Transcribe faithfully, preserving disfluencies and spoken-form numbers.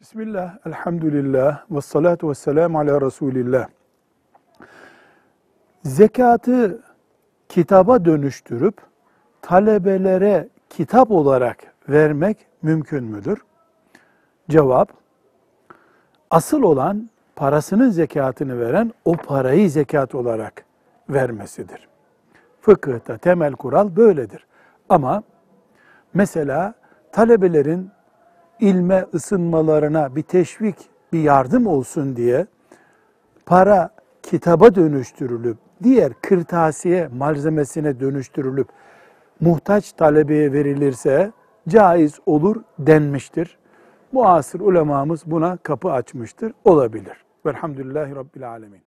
Bismillah, elhamdülillah, ve salatu ve selamu ala Resulillah. Zekatı kitaba dönüştürüp talebelere kitap olarak vermek mümkün müdür? Cevap, asıl olan parasının zekatını veren o parayı zekat olarak vermesidir. Fıkıhta temel kural böyledir. Ama mesela talebelerin ilme ısınmalarına bir teşvik, bir yardım olsun diye para kitaba dönüştürülüp, diğer kırtasiye malzemesine dönüştürülüp muhtaç talebeye verilirse caiz olur denmiştir. Muasır ulemamız buna kapı açmıştır. Olabilir. Velhamdülillahi Rabbil Alemin.